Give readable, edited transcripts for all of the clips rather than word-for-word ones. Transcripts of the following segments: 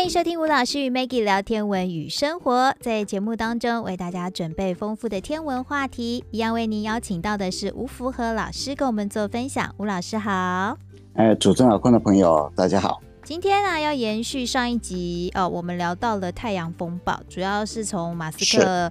欢迎收听吴老师与 Maggie 聊天文与生活。在节目当中为大家准备丰富的天文话题，一样为您邀请到的是吴福和老师跟我们做分享。吴老师好。 主持人好，观众朋友大家好。 今天呢，要延续上一集我们聊到了太阳风暴，主要是从马斯克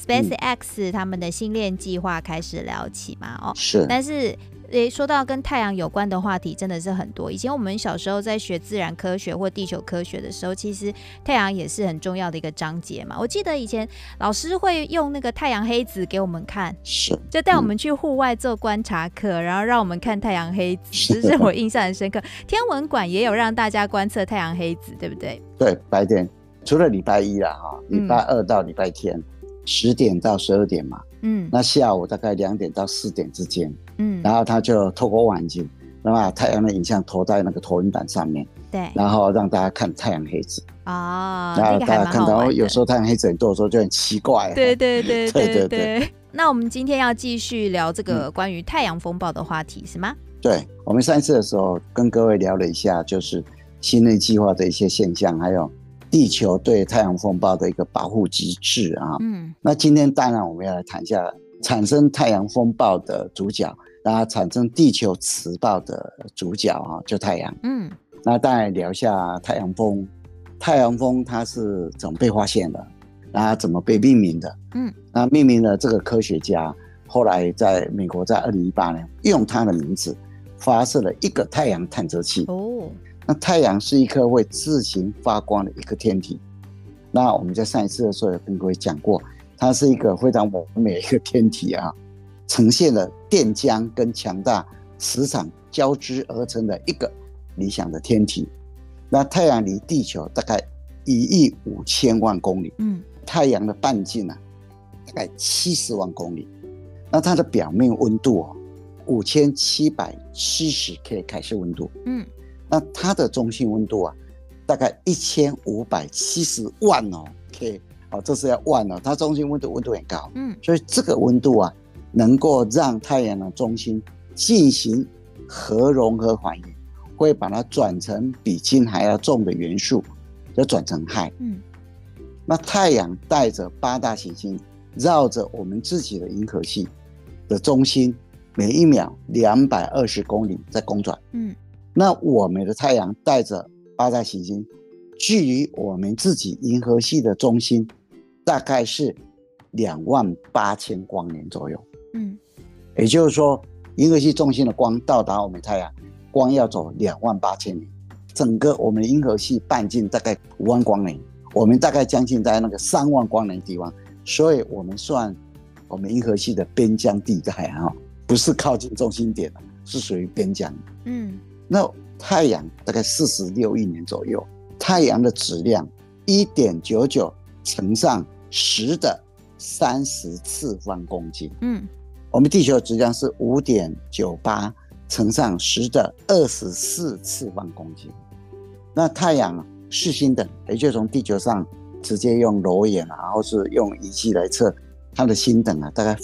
SpaceX 他们的星链计划开始聊起嘛。 是， 但是说到跟太阳有关的话题真的是很多。以前我们小时候在学自然科学或地球科学的时候，其实太阳也是很重要的一个章节嘛。我记得以前老师会用那个太阳黑子给我们看， 是， 就带我们去户外做观察课，然后让我们看太阳黑子，这是我印象很深刻。天文馆也有让大家观测太阳黑子，对不对？ 对，白天除了礼拜一啦，礼拜二到礼拜天10点到12点嘛，那下午大概2点到4点之间，然后他就透过望远镜，把太阳的影像投在那个投影板上面， 对， 然后让大家看太阳黑子。 然后大家看到有时候太阳黑子很多的时候就很奇怪。 对对对对 对。那我们今天要继续聊这个关于太阳风暴的话题，是吗？ 对，我们上一次的时候跟各位聊了一下，就是星链计划的一些现象，还有地球对太阳风暴的一个保护机制啊。那今天当然我们要来谈一下产生太阳风暴的主角，然后产生地球磁暴的主角啊，就太阳。那当然聊一下太阳风。太阳风它是怎么被发现的，然后怎么被命名的。那命名的这个科学家后来在美国在2018年用他的名字发射了一个太阳探测器。那太阳是一颗会自行发光的一个天体。那我们在上一次的时候有跟各位讲过，它是一个非常完美的一个天体啊，呈现了电浆跟强大磁场交织而成的一个理想的天体。那太阳离地球大概1.5亿公里，太阳的半径大概70万公里。那它的表面温度5770 K 凯氏温度，那它的中心温度大概1570万K， 这是要万它中心温度很高，所以这个温度能够让太阳的中心进行核融合反应，会把它转成比氢还要重的元素，就转成氦。那太阳带着8大行星绕着我们自己的银河系的中心，每1秒220公里在公转。那我们的太阳带着8大行星，距离我们自己银河系的中心大概是28000光年左右。也就是说，银河系中心的光到达我们太阳，光要走28000年，整个我们的银河系半径大概5万光年，我们大概将近在那个3万光年的地方，所以我们算我们银河系的边疆地带不是靠近中心点，是属于边疆。那太阳大概46亿年左右，太阳的质量1.99乘上10的30次方公斤。我们地球的质量是5.98乘上10的24次方公斤。那太阳视星等，也就是从地球上直接用肉眼或是用仪器来测它的星等大概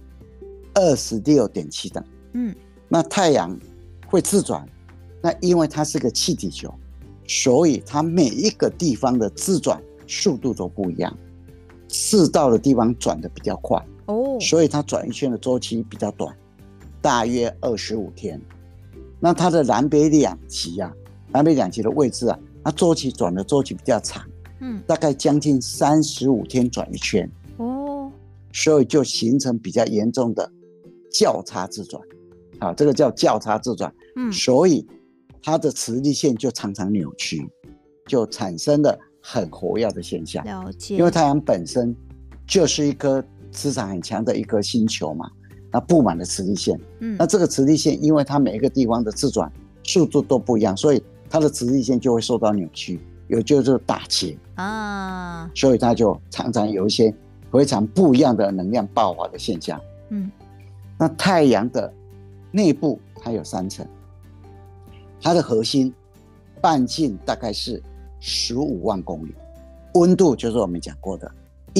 -26.7等。那太阳会自转，那因为它是个气体球，所以它每一个地方的自转速度都不一样，赤道的地方转得比较快，所以它转一圈的周期比较短，大约25天。那它的南北两极的位置它周期转的周期比较长，大概将近35天转一圈，所以就形成比较严重的交叉自转。这个叫交叉自转，所以它的磁力线就常常扭曲，就产生了很活跃的现象。 了解。 因为太阳本身就是一颗磁场很强的一颗星球嘛，那布满了磁力线。那这个磁力线因为它每一个地方的自转速度都不一样，所以它的磁力线就会受到扭曲，有就是打结所以它就常常有一些非常不一样的能量爆发的现象。那太阳的内部它有3层，它的核心半径大概是15万公里，温度就是我们讲过的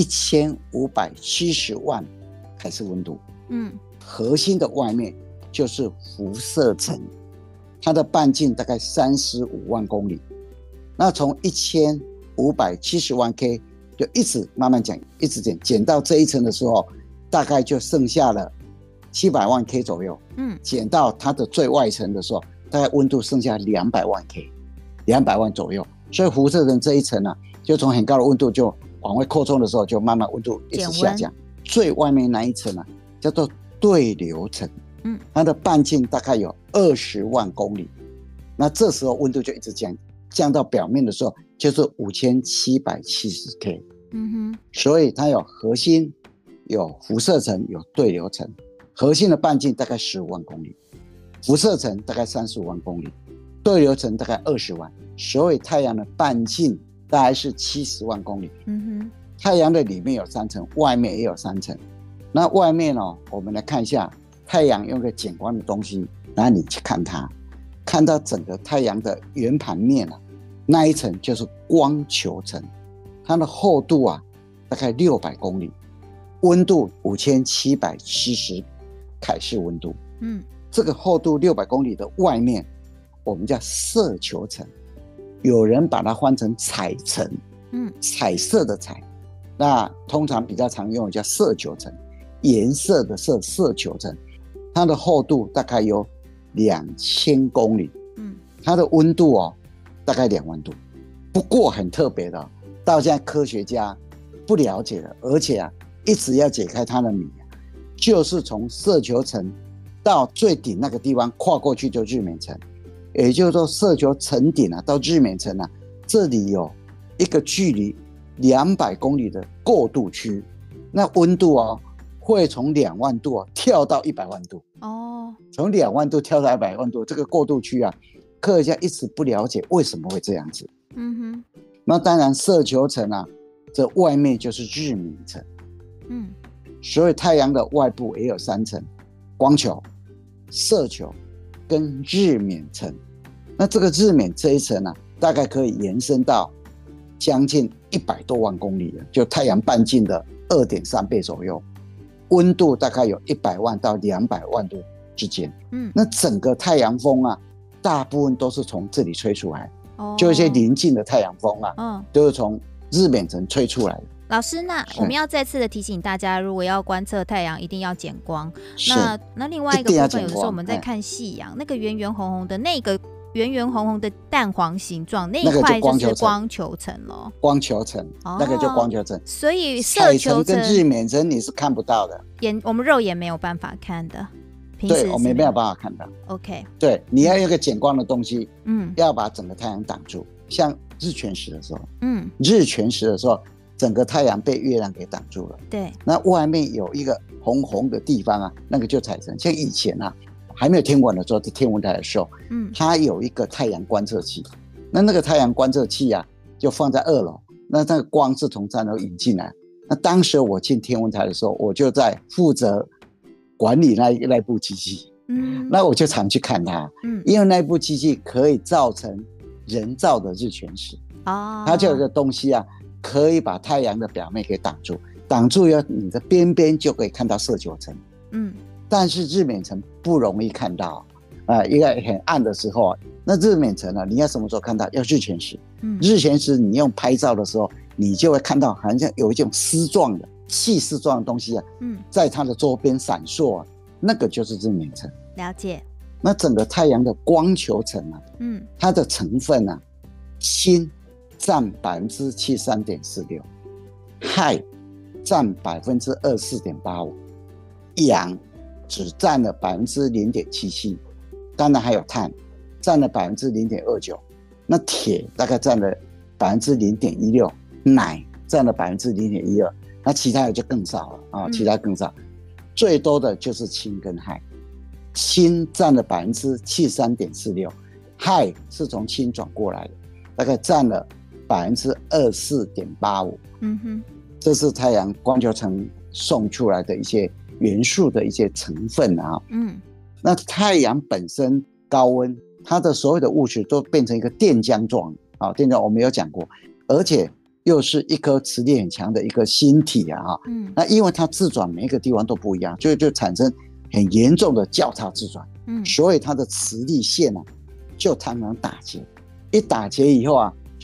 1570万凯氏温度。核心的外面就是辐射层，它的半径大概35万公里。那从 1570万 K， 就一直慢慢减，一直减到这一层的时候，大概就剩下了700万 K 左右。减到它的最外层的时候，大概温度剩下200万 K，200万左右。所以辐射层这一层呢，就从很高的温度就往外扩充的时候，就慢慢温度一直下降。最外面那一层呢，叫做对流层，它的半径大概有20万公里。那这时候温度就一直降到表面的时候，就是5770 K。所以它有核心、有辐射层、有对流层。核心的半径大概15万公里，辐射层大概35万公里，对流层大概20万。所以太阳的半径大概是70万公里。太阳的里面有3层，外面也有3层。那外面我们来看一下，太阳用个减光的东西，然后你去看它，看到整个太阳的圆盘面那一层就是光球层，它的厚度大概600公里，温度5770凯氏温度。这个厚度600公里的外面，我们叫色球层，有人把它换成彩层，彩色的彩。那通常比较常用的叫色球层，颜色的色，色球层。它的厚度大概有2000公里，它的温度大概2万度。不过很特别的，到现在科学家不了解了，而且一直要解开它的谜，就是从色球层到最顶那个地方跨过去就日冕层，也就是说色球层顶到日冕层这里有一个距离200公里的过渡区，那温度会从2万度跳到100万度。从2万度跳到100万度，这个过渡区科学家一直不了解为什么会这样子。那当然色球层这外面就是日冕层。所以太阳的外部也有3层，光球、色球跟日冕层。那这个日冕这一层大概可以延伸到将近100多万公里了，就太阳半径的2.3倍左右，温度大概有100万到200万度之间。那整个太阳风大部分都是从这里吹出来，就一些邻近的太阳风都是从日冕层吹出来的。 老师，那我们要再次的提醒大家，如果要观测太阳，一定要减光。那另外一个部分，有的时候我们在看夕阳，那个圆圆红红的那个圆圆红红的淡黄形状，那一块就是光球层咯。 光球层，那个就光球层。 所以色球层跟日冕层你是看不到的， 我们肉眼没有办法看的。 对，我们没有办法看到。 OK， 对，你要有一个减光的东西，要把整个太阳挡住。像日全食的时候，日全食的时候，整个太阳被月亮给挡住了。 对， 那外面有一个红红的地方那个就彩层。像以前还没有天文的时候，在天文台的时候，它有一个太阳观测器。那个太阳观测器就放在2楼，那个光是从3楼引进来。那当时我进天文台的时候，我就在负责管理那部机器。那我就常去看它，因为那部机器可以造成人造的日全食。它就有个东西可以把太阳的表面给挡住，挡住以后你的边边就可以看到色球层。但是日冕层不容易看到因为很暗的时候那日冕层你要什么时候看到？要日全食。日全食你用拍照的时候，你就会看到好像有一种丝状的气丝状的东西在它的周边闪烁那个就是日冕层。 了解。 那整个太阳的光球层它的成分氢占 73.46%， 氦占 24.85%， 氧只占了 0.77%， 当然还有碳占了 0.29%， 那铁大概占了 0.16%， 氖占了 0.12%， 那其他的就更少了其他更少。最多的就是氢跟氦，氢占了 73.46%， 氦是从氢转过来的，大概占了 24.85%。这是太阳光球层送出来的一些元素的一些成分那太阳本身高温，它的所有的物质都变成一个电浆状电浆我们有讲过，而且又是一颗磁力很强的一个星体那因为它自转每一个地方都不一样，就产生很严重的交叉自转，所以它的磁力线就常常打结，一打结以后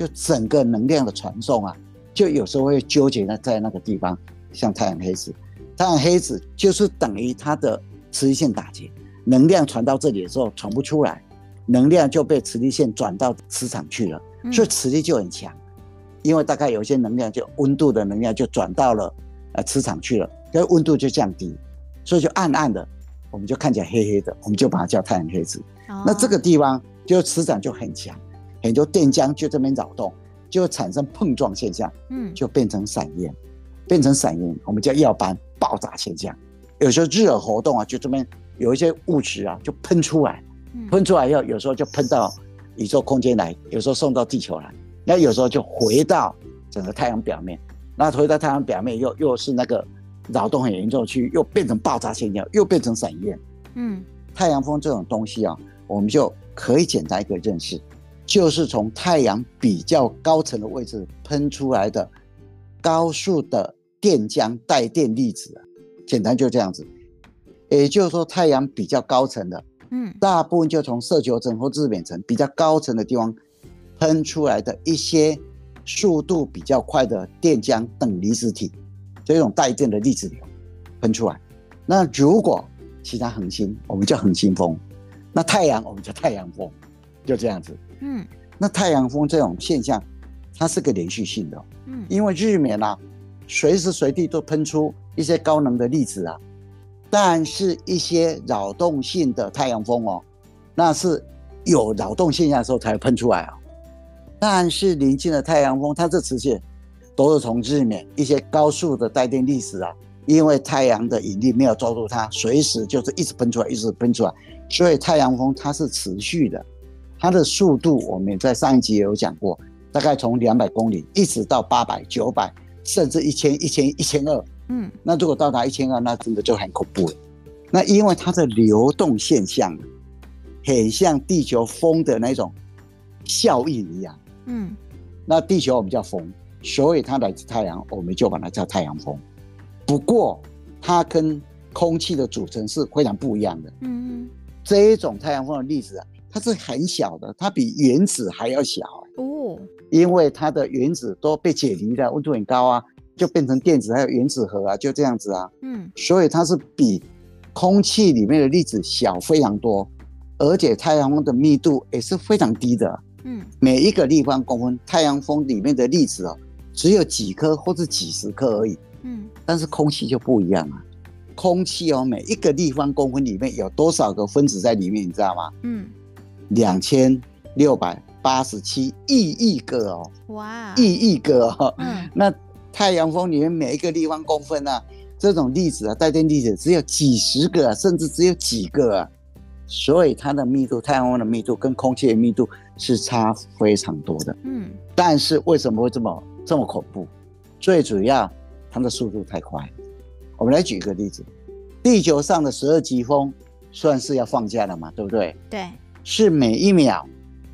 就整个能量的传送啊，就有时候会纠结在那个地方，像太阳黑子。太阳黑子就是等于它的磁力线打结，能量传到这里的时候传不出来，能量就被磁力线转到磁场去了，所以磁力就很强。因为大概有些能量就温度的能量就转到了磁场去了，所以温度就降低，所以就暗暗的，我们就看起来黑黑的，我们就把它叫太阳黑子。那这个地方就磁场就很强，很多电浆就这边扰动，就产生碰撞现象，就变成闪焰，我们叫耀斑爆炸现象。有时候热活动啊，就这边有一些物质啊就喷出来，喷出来以后有时候就喷到宇宙空间来，有时候送到地球来，那有时候就回到整个太阳表面，那回到太阳表面又是那个扰动很严重的区域，又变成爆炸现象，又变成闪焰。太阳风这种东西啊，我们就可以简单一个认识，就是从太阳比较高层的位置喷出来的高速的电浆带电粒子，简单就这样子。也就是说太阳比较高层的，大部分就从射球层或日冕层比较高层的地方喷出来的一些速度比较快的电浆等离子体，这种带电的粒子流喷出来。那如果其他恒星我们叫恒星风，那太阳我们叫太阳风，就这样子。那太阳风这种现象它是个连续性的，因为日冕啊随时随地都喷出一些高能的粒子啊，但是一些扰动性的太阳风哦，那是有扰动现象的时候才会喷出来哦。但是临近的太阳风它这磁线都是从日冕一些高速的带电粒子啊，因为太阳的引力没有抓住它，随时就是一直喷出来一直喷出来，所以太阳风它是持续的，它的速度我们也在上一集也有讲过，大概从200公里一直到800、900甚至1000、1000、1200。那如果到达1200，那真的就很恐怖了。那因为它的流动现象很像地球风的那种效应一样，那地球我们叫风，所以它来自太阳，我们就把它叫太阳风。不过它跟空气的组成是非常不一样的。这一种太阳风的粒子啊，它是很小的，它比原子还要小因为它的原子都被解离了，温度很高啊，就变成电子还有原子核啊，就这样子啊。所以它是比空气里面的粒子小非常多，而且太阳风的密度也是非常低的。每一个立方公分太阳风里面的粒子只有几颗或是几十颗而已。但是空气就不一样了，空气每一个立方公分里面有多少个分子在里面，你知道吗？2687亿个哇，1亿个那太阳风里面每一个立方公分啊，这种粒子带电粒子只有几十个甚至只有几个所以它的密度，太阳风的密度跟空气的密度是差非常多的。但是为什么会这么恐怖？最主要它的速度太快。我们来举一个例子，地球上的12级风算是要放假了嘛，对不对？ 对， 是每一秒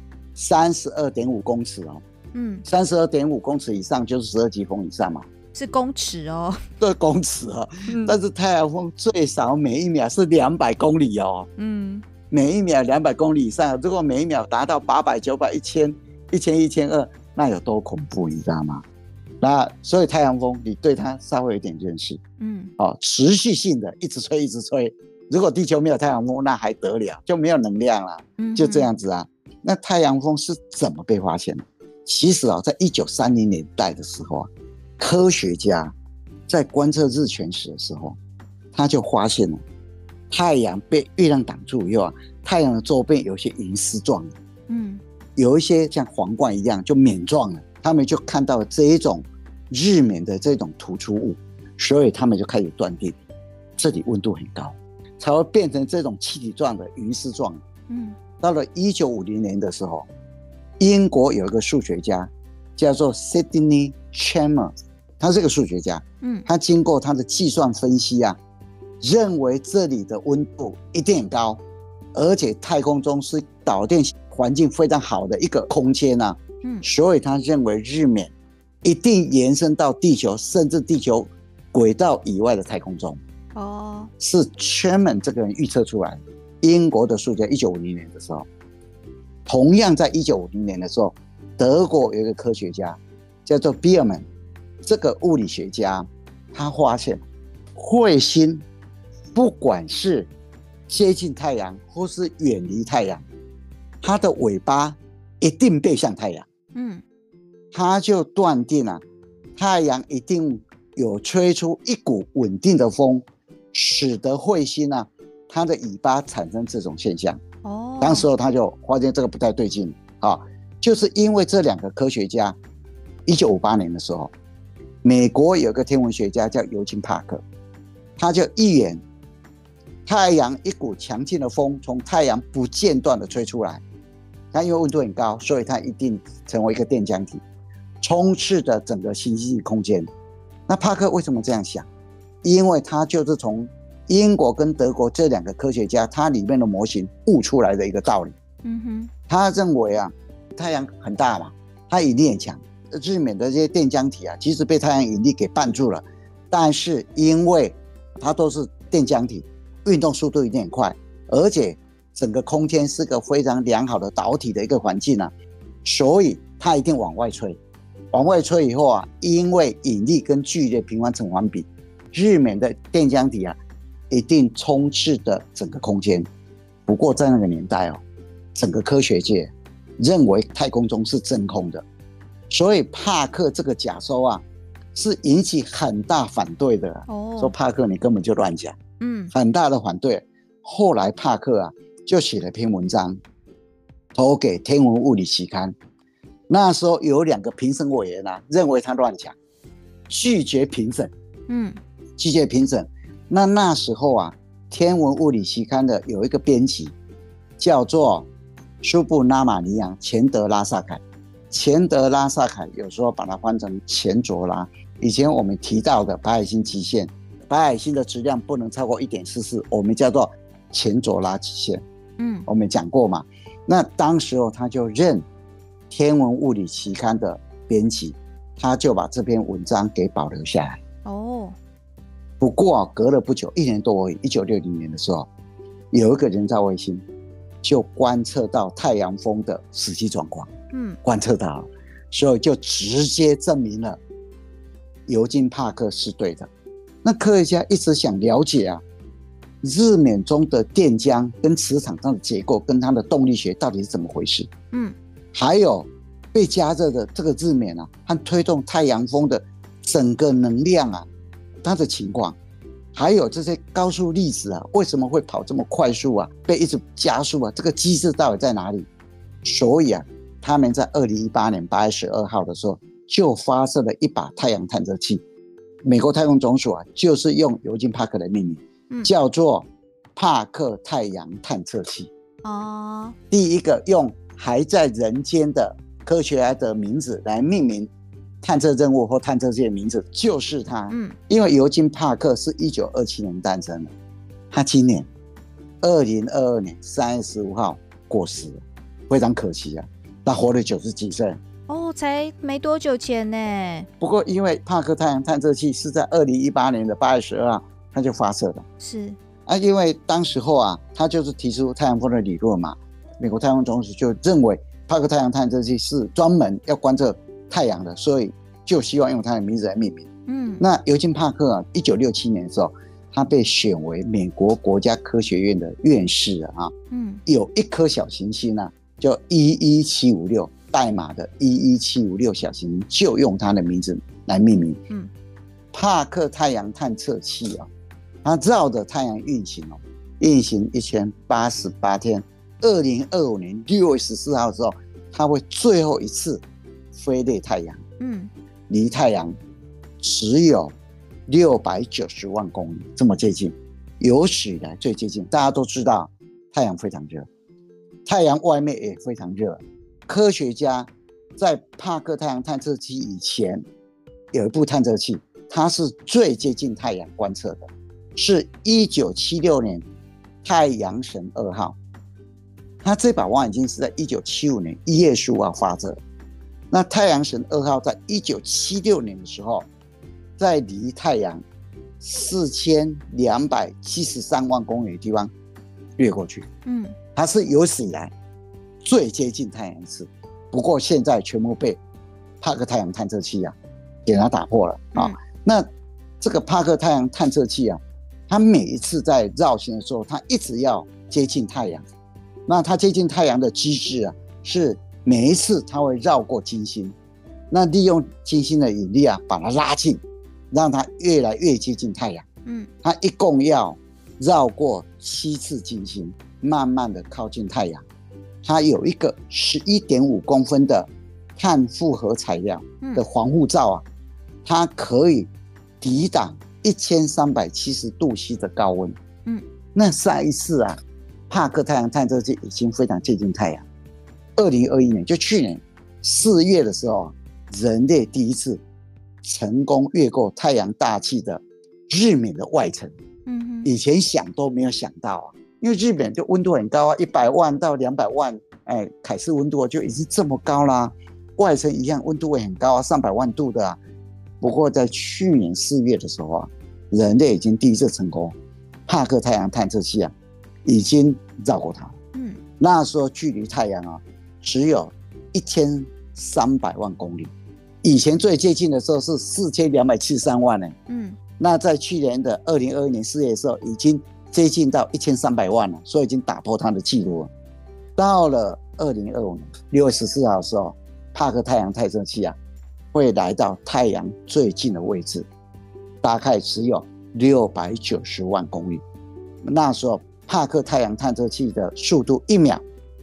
32.5公尺32.5公尺以上就是12级风以上嘛， 是公尺哦。 对，公尺但是太阳风最少每一秒是200公里哦。每一秒200公里以上，如果每一秒达到800、900、1000、1000、1200，那有多恐怖，你知道吗？那所以太阳风你对它稍微有点认识，持续性的一直吹一直吹。如果地球没有太阳风，那还得了，就没有能量了，就这样子啊。那太阳风是怎么被发现的？其实在1930年代的时候科学家在观测日全食的时候，他就发现了太阳被月亮挡住以后太阳的周边有些银丝状的，有一些像皇冠一样就冕状了。他们就看到这一种日冕的这种突出物，所以他们就开始断定这里温度很高，才会变成这种气体状的银丝状的。到了1950年的时候，英国有一个数学家叫做 Sydney Chalmers， 他是个数学家，他经过他的计算分析认为这里的温度一定很高，而且太空中是导电环境非常好的一个空间所以他认为日冕一定延伸到地球，甚至地球轨道以外的太空中。是 Chalmers 这个人预测出来的。英国的数学家1950年的时候，同样在1950年的时候， 德国有一个科学家叫做比尔曼，这个物理学家他发现彗星不管是接近太阳或是远离太阳，它的尾巴一定背向太阳。他就断定太阳一定有吹出一股稳定的风，使得彗星它的尾巴产生这种现象。当时候他就发现这个不太对劲就是因为这两个科学家，1958年的时候，美国有个天文学家叫尤金·帕克，他就预言太阳一股强劲的风从太阳不间断的吹出来，它因为温度很高，所以它一定成为一个电浆体，充斥着整个星系空间。那帕克为什么这样想？因为他就是从英国跟德国这两个科学家他里面的模型悟出来的一个道理。他认为太阳很大嘛，它引力很强，日冕的这些电浆体其实被太阳引力给绊住了，但是因为它都是电浆体，运动速度一定很快，而且整个空间是个非常良好的导体的一个环境所以它一定往外吹。往外吹以后因为引力跟距离的平方成反比，日冕的电浆体一定充斥的整个空间。不过在那个年代整个科学界认为太空中是真空的，所以帕克这个假说是引起很大反对的。说帕克你根本就乱讲，很大的反对。后来帕克就写了篇文章投给天文物理期刊，那时候有2个评审委员认为他乱讲，拒绝评审。拒绝评审。那时候天文物理期刊的有一个编辑叫做苏布拉马尼亚·钱德拉萨凯。钱德拉萨凯有时候把它翻成钱卓拉。以前我们提到的白矮星极限，白矮星的质量不能超过 1.44， 我们叫做钱卓拉极限。我们讲过嘛。那当时候他就认天文物理期刊的编辑，他就把这篇文章给保留下来。不过隔了不久，1年多而已，1960年的时候，有一个人造卫星就观测到太阳风的实际状况。观测到了，所以就直接证明了尤金·帕克是对的。那科学家一直想了解日冕中的电浆跟磁场上的结构跟它的动力学到底是怎么回事。还有被加热的这个日冕和推动太阳风的整个能量它的情况，还有这些高速粒子为什么会跑这么快速被一直加速这个机制到底在哪里？所以他们在2018年8月12号的时候就发射了一把太阳探测器。美国太空总署就是用尤金·帕克的命名，叫做帕克太阳探测器。第一个用还在人间的科学家的名字来命名探测任务或探测器的名字就是他。因为尤金·帕克是1927年诞生的，他今年2022年3月15号过世了，非常可惜他活了90几岁。 才没多久前呢。 不过因为帕克太阳探测器是在2018年的8月12号他就发射的。 是因为当时候他就是提出太阳风的理论嘛，美国太空总署就认为帕克太阳探测器是专门要观测太阳的，所以就希望用他的名字来命名。那尤金·帕克1967年的时候，他被选为美国国家科学院的院士有一颗小行星叫11756，代码的11756小行星就用他的名字来命名。帕克太阳探测器它绕着太阳运行1088天。2025年6月14号的时候，它会最后一次飞掠太阳。离太阳只有690万公里，这么接近，有史以来最接近。大家都知道太阳非常热，太阳外面也非常热。科学家在帕克太阳探测器以前有一部探测器，它是最接近太阳观测的，是1976年太阳神2号。它这把望远镜是在1975年1月15号发射。那太阳神2号在1976年的时候，在离太阳4273万公里的地方掠过去。它是有史以来最接近太阳一次。 不过现在全部被帕克太阳探测器给它打破了那这个帕克太阳探测器它每一次在绕行的时候，它一直要接近太阳。那它接近太阳的机制是每一次它会绕过金星，那利用金星的引力把它拉近，让它越来越接近太阳。它一共要绕过7次金星，慢慢的靠近太阳。它有一个11.5公分的碳复合材料的防护罩它可以抵挡1370度 C 的高温。那上一次帕克太阳探测器已经非常接近太阳。2021年就去年4月的时候人类第一次成功越过太阳大气的日冕的外层。以前想都没有想到因为日本就温度很高100万到200万凯氏温度就已经这么高啦，外层一样温度也很高300万度的不过在去年4月的时候人类已经第一次成功，帕克太阳探测器已经绕过它。那时候距离太阳只有1300万公里，以前最接近的时候是4273万呢。那在去年的2021年4月的时候已经接近到1300万了，所以已经打破它的记录了。到了2025年6月14号的时候，帕克太阳探测器会来到太阳最近的位置，大概只有690万公里。那时候帕克太阳探测器的速度1秒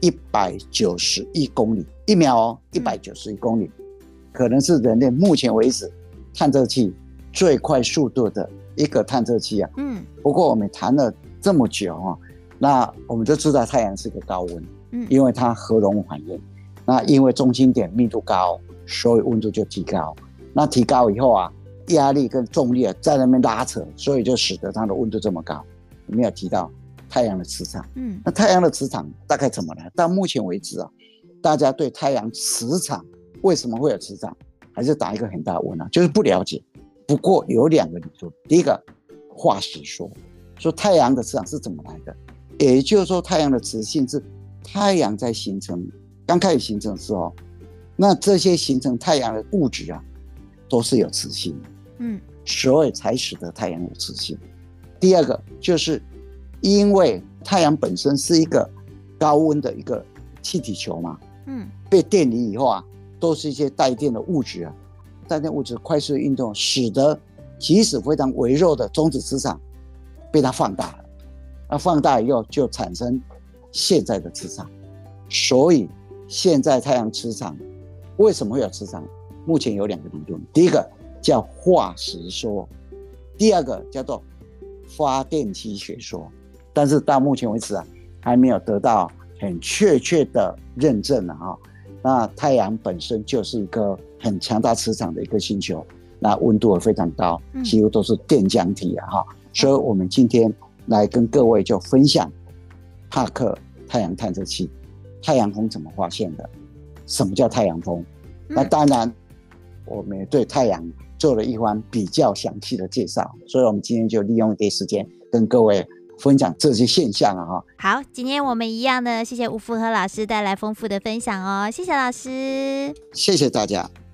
191公里，1秒191公里，可能是人类目前为止探测器最快速度的一个探测器不过我们谈了这么久那我们就知道太阳是个高温，因为它核融反应，那因为中心点密度高，所以温度就提高。那提高以后压力跟重力在那边拉扯，所以就使得它的温度这么高。我们有提到太阳的磁场，那太阳的磁场大概怎么来？到目前为止大家对太阳磁场为什么会有磁场，还是打一个很大的问号，就是不了解。不过有2个理论，第一个化石说太阳的磁场是怎么来的，也就是说太阳的磁性是太阳在形成刚开始形成的时候，那这些形成太阳的物质都是有磁性的，所以才使得太阳有磁性。第二个就是因为太阳本身是一个高温的一个气体球嘛，被电离以后都是一些带电的物质带电物质快速运动，使得即使非常微弱的中子磁场被它放大了，那放大以后就产生现在的磁场。所以现在太阳磁场为什么会有磁场？目前有2个理论，第一个叫化石说，第二个叫做发电机学说。但是到目前为止还没有得到很确切的认证那太阳本身就是一个很强大磁场的一个星球，那温度也非常高，几乎都是电浆体所以我们今天来跟各位就分享帕克太阳探测器太阳风怎么发现的，什么叫太阳风。那当然我们也对太阳做了一番比较详细的介绍，所以我们今天就利用一点时间跟各位分享这些现象好，今天我们一样的谢谢吴福和老师带来丰富的分享谢谢老师， 谢谢大家。